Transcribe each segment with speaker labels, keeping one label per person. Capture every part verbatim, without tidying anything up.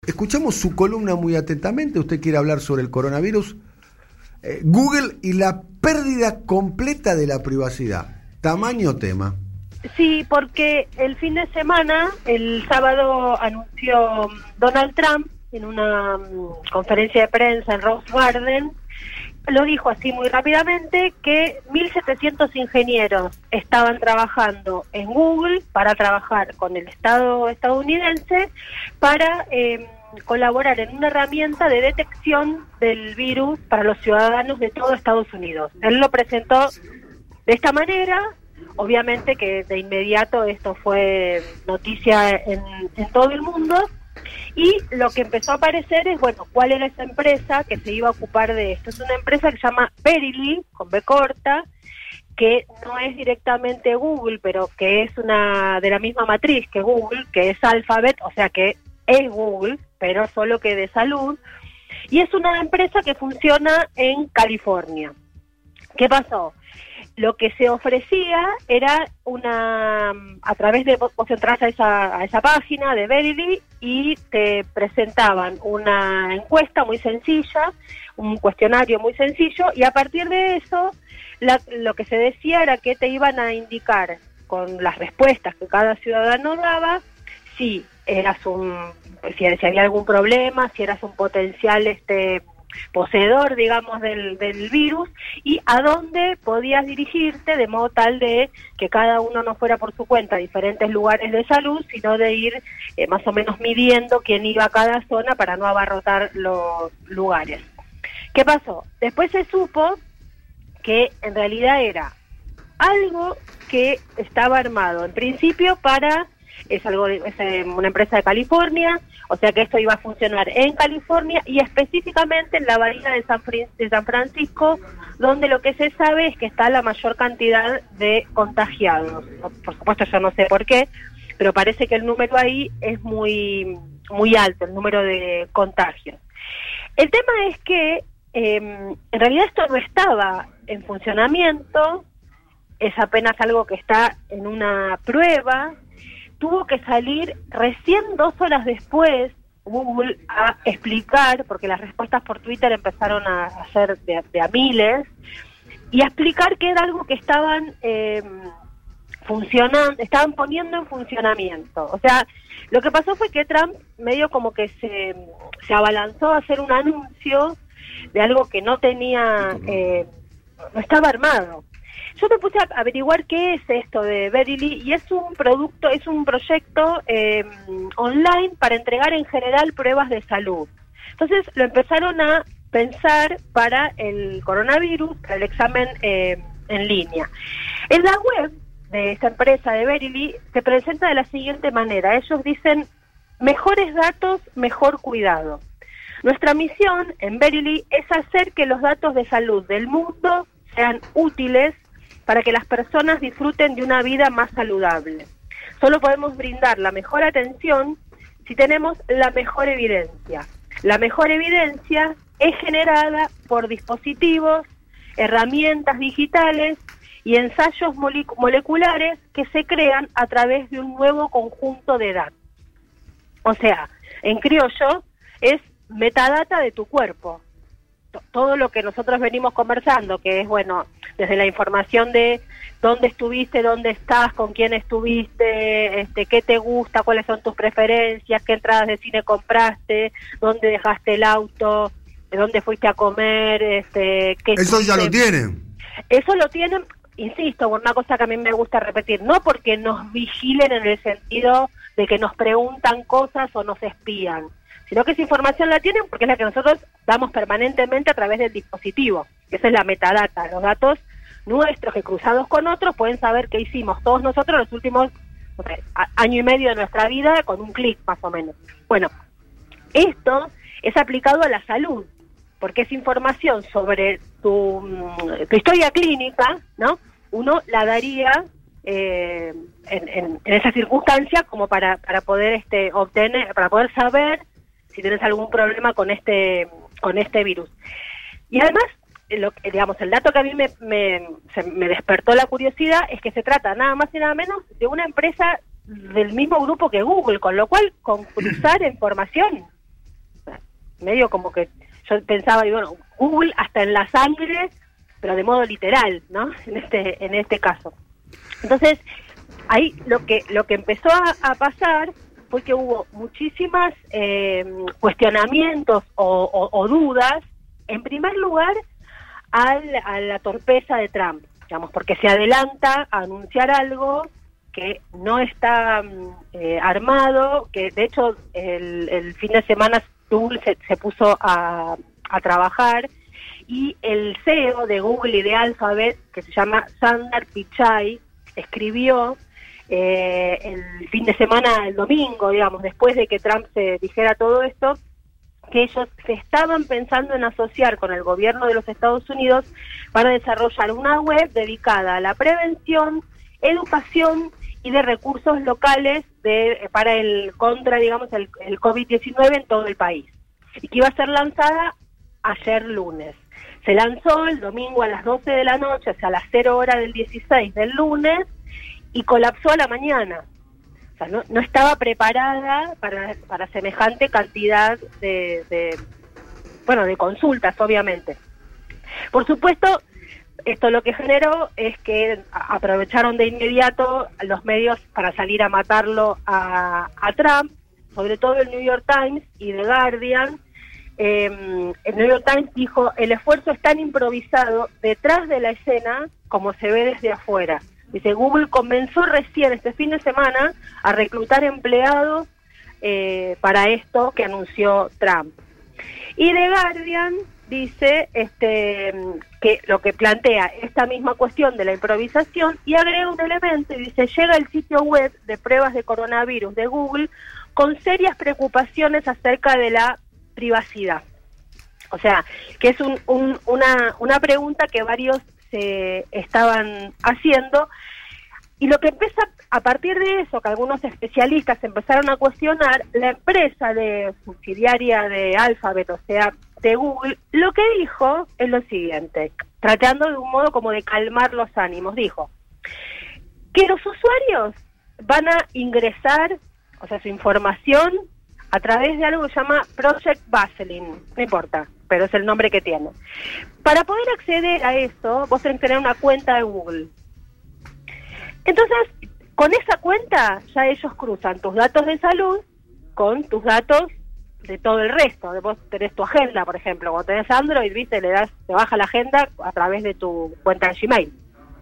Speaker 1: Escuchamos su columna muy atentamente. Usted quiere hablar sobre el coronavirus, eh, Google y la pérdida completa de la privacidad. Tamaño tema.
Speaker 2: Sí, porque el fin de semana, el sábado, anunció Donald Trump en una um, conferencia de prensa en Rose Garden, lo dijo así muy rápidamente, que mil setecientos ingenieros estaban trabajando en Google para trabajar con el Estado estadounidense para eh, colaborar en una herramienta de detección del virus para los ciudadanos de todo Estados Unidos. Él lo presentó de esta manera. Obviamente que de inmediato esto fue noticia en, en todo el mundo, y lo que empezó a aparecer es, bueno, cuál era esa empresa que se iba a ocupar de esto. Es una empresa que se llama Verily, con B corta, que no es directamente Google, pero que es una de la misma matriz que Google, que es Alphabet, o sea que es Google, pero solo que de salud, y es una empresa que funciona en California. ¿Qué pasó? Lo que se ofrecía era una, a través de vos, vos entras a esa, a esa página de Verily y te presentaban una encuesta muy sencilla, un cuestionario muy sencillo, y a partir de eso la, lo que se decía era que te iban a indicar con las respuestas que cada ciudadano daba si eras un, si, si había algún problema, si eras un potencial este poseedor, digamos, del, del virus, y a dónde podías dirigirte, de modo tal de que cada uno no fuera por su cuenta a diferentes lugares de salud, sino de ir eh, más o menos midiendo quién iba a cada zona para no abarrotar los lugares. ¿Qué pasó? Después se supo que en realidad era algo que estaba armado en principio para, es algo, es una empresa de California, o sea que esto iba a funcionar en California y específicamente en la bahía de San, de San Francisco, donde lo que se sabe es que está la mayor cantidad de contagiados. Por supuesto yo no sé por qué, pero parece que el número ahí es muy, muy alto, el número de contagios. El tema es que eh, en realidad esto no estaba en funcionamiento, es apenas algo que está en una prueba. Tuvo que salir recién dos horas después Google a explicar, porque las respuestas por Twitter empezaron a hacer de, de a miles, y a explicar que era algo que estaban eh, funcionando, estaban poniendo en funcionamiento. O sea, lo que pasó fue que Trump medio como que se, se abalanzó a hacer un anuncio de algo que no tenía, eh, no estaba armado. Yo me puse a averiguar qué es esto de Verily, y es un producto, es un proyecto eh, online para entregar en general pruebas de salud. Entonces lo empezaron a pensar para el coronavirus, para el examen eh, en línea. En la web de esta empresa de Verily se presenta de la siguiente manera. Ellos dicen: mejores datos, mejor cuidado. Nuestra misión en Verily es hacer que los datos de salud del mundo sean útiles para que las personas disfruten de una vida más saludable. Solo podemos brindar la mejor atención si tenemos la mejor evidencia. La mejor evidencia es generada por dispositivos, herramientas digitales y ensayos mole- moleculares que se crean a través de un nuevo conjunto de datos. O sea, en criollo, es metadata de tu cuerpo. Todo lo que nosotros venimos conversando, que es, bueno, desde la información de dónde estuviste, dónde estás, con quién estuviste, este, qué te gusta, cuáles son tus preferencias, qué entradas de cine compraste, dónde dejaste el auto, dónde fuiste a comer, este, qué
Speaker 1: Eso ya
Speaker 2: estuviste...
Speaker 1: lo tienen.
Speaker 2: Eso lo tienen, insisto, por una cosa que a mí me gusta repetir, no porque nos vigilen en el sentido de que nos preguntan cosas o nos espían, sino que esa información la tienen porque es la que nosotros damos permanentemente a través del dispositivo. Esa es la metadata, los datos nuestros que cruzados con otros pueden saber qué hicimos todos nosotros los últimos, no sé, a, año y medio de nuestra vida con un clic más o menos. Bueno, esto es aplicado a la salud, porque es información sobre tu, tu historia clínica, ¿no? Uno la daría eh, en, en, en esa circunstancia como para, para poder este obtener, para poder saber si tienes algún problema con este con este virus. Y además, lo, digamos, el dato que a mí me, me, se, me despertó la curiosidad es que se trata nada más y nada menos de una empresa del mismo grupo que Google, con lo cual, con cruzar información medio como que yo pensaba, y bueno, Google hasta en la sangre, pero de modo literal, ¿no? En este, en este caso. Entonces, ahí lo que, lo que empezó a, a pasar fue que hubo muchísimas eh, cuestionamientos o, o, o dudas, en primer lugar, al, a la torpeza de Trump, digamos, porque se adelanta a anunciar algo que no está eh, armado, que de hecho el, el fin de semana Google se, se puso a, a trabajar, y el C E O de Google y de Alphabet, que se llama Sundar Pichai, escribió eh, el fin de semana, el domingo, digamos, después de que Trump se dijera todo esto, que ellos se estaban pensando en asociar con el gobierno de los Estados Unidos para desarrollar una web dedicada a la prevención, educación y de recursos locales de para el contra, digamos, el, el COVID diecinueve en todo el país. Y que iba a ser lanzada ayer lunes. Se lanzó el domingo a las doce de la noche, o sea, a las cero hora del dieciséis del lunes, y colapsó a la mañana. O sea, no, no estaba preparada para, para semejante cantidad de, de, bueno, de consultas, obviamente. Por supuesto, esto lo que generó es que aprovecharon de inmediato los medios para salir a matarlo a, a Trump, sobre todo el New York Times y The Guardian. Eh, el New York Times dijo: el esfuerzo es tan improvisado detrás de la escena como se ve desde afuera. Dice, Google comenzó recién este fin de semana a reclutar empleados eh, para esto que anunció Trump. Y The Guardian dice este, que lo que plantea esta misma cuestión de la improvisación, y agrega un elemento y dice: llega el sitio web de pruebas de coronavirus de Google con serias preocupaciones acerca de la privacidad. O sea, que es un, un, una, una pregunta que varios se estaban haciendo, y lo que empieza a partir de eso, que algunos especialistas empezaron a cuestionar, la empresa de subsidiaria de Alphabet, o sea, de Google, lo que dijo es lo siguiente, tratando de un modo como de calmar los ánimos. Dijo que los usuarios van a ingresar, o sea, su información a través de algo que se llama Project Vaseline, no importa, pero es el nombre que tiene. Para poder acceder a eso, vos tenés que tener una cuenta de Google. Entonces, con esa cuenta, ya ellos cruzan tus datos de salud con tus datos de todo el resto. Vos tenés tu agenda, por ejemplo, cuando tenés Android, viste, le das, te baja la agenda a través de tu cuenta de Gmail.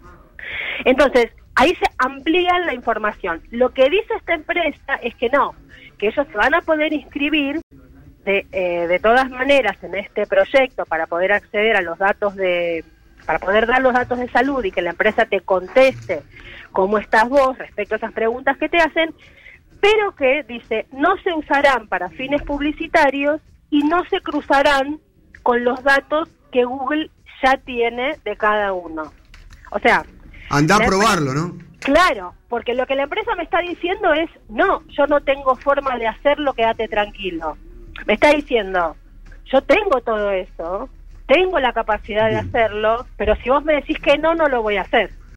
Speaker 2: Entonces, ahí se amplía la información. Lo que dice esta empresa es que no, que ellos se van a poder inscribir de, eh, de todas maneras en este proyecto para poder acceder a los datos de, para poder dar los datos de salud y que la empresa te conteste cómo estás vos respecto a esas preguntas que te hacen, pero que, dice, no se usarán para fines publicitarios y no se cruzarán con los datos que Google ya tiene de cada uno. O sea...
Speaker 1: Andá a probarlo, ¿no?
Speaker 2: Claro, porque lo que la empresa me está diciendo es, no, yo no tengo forma de hacerlo, quédate tranquilo. Me está diciendo, yo tengo todo eso, tengo la capacidad de hacerlo, pero si vos me decís que no, no lo voy a hacer.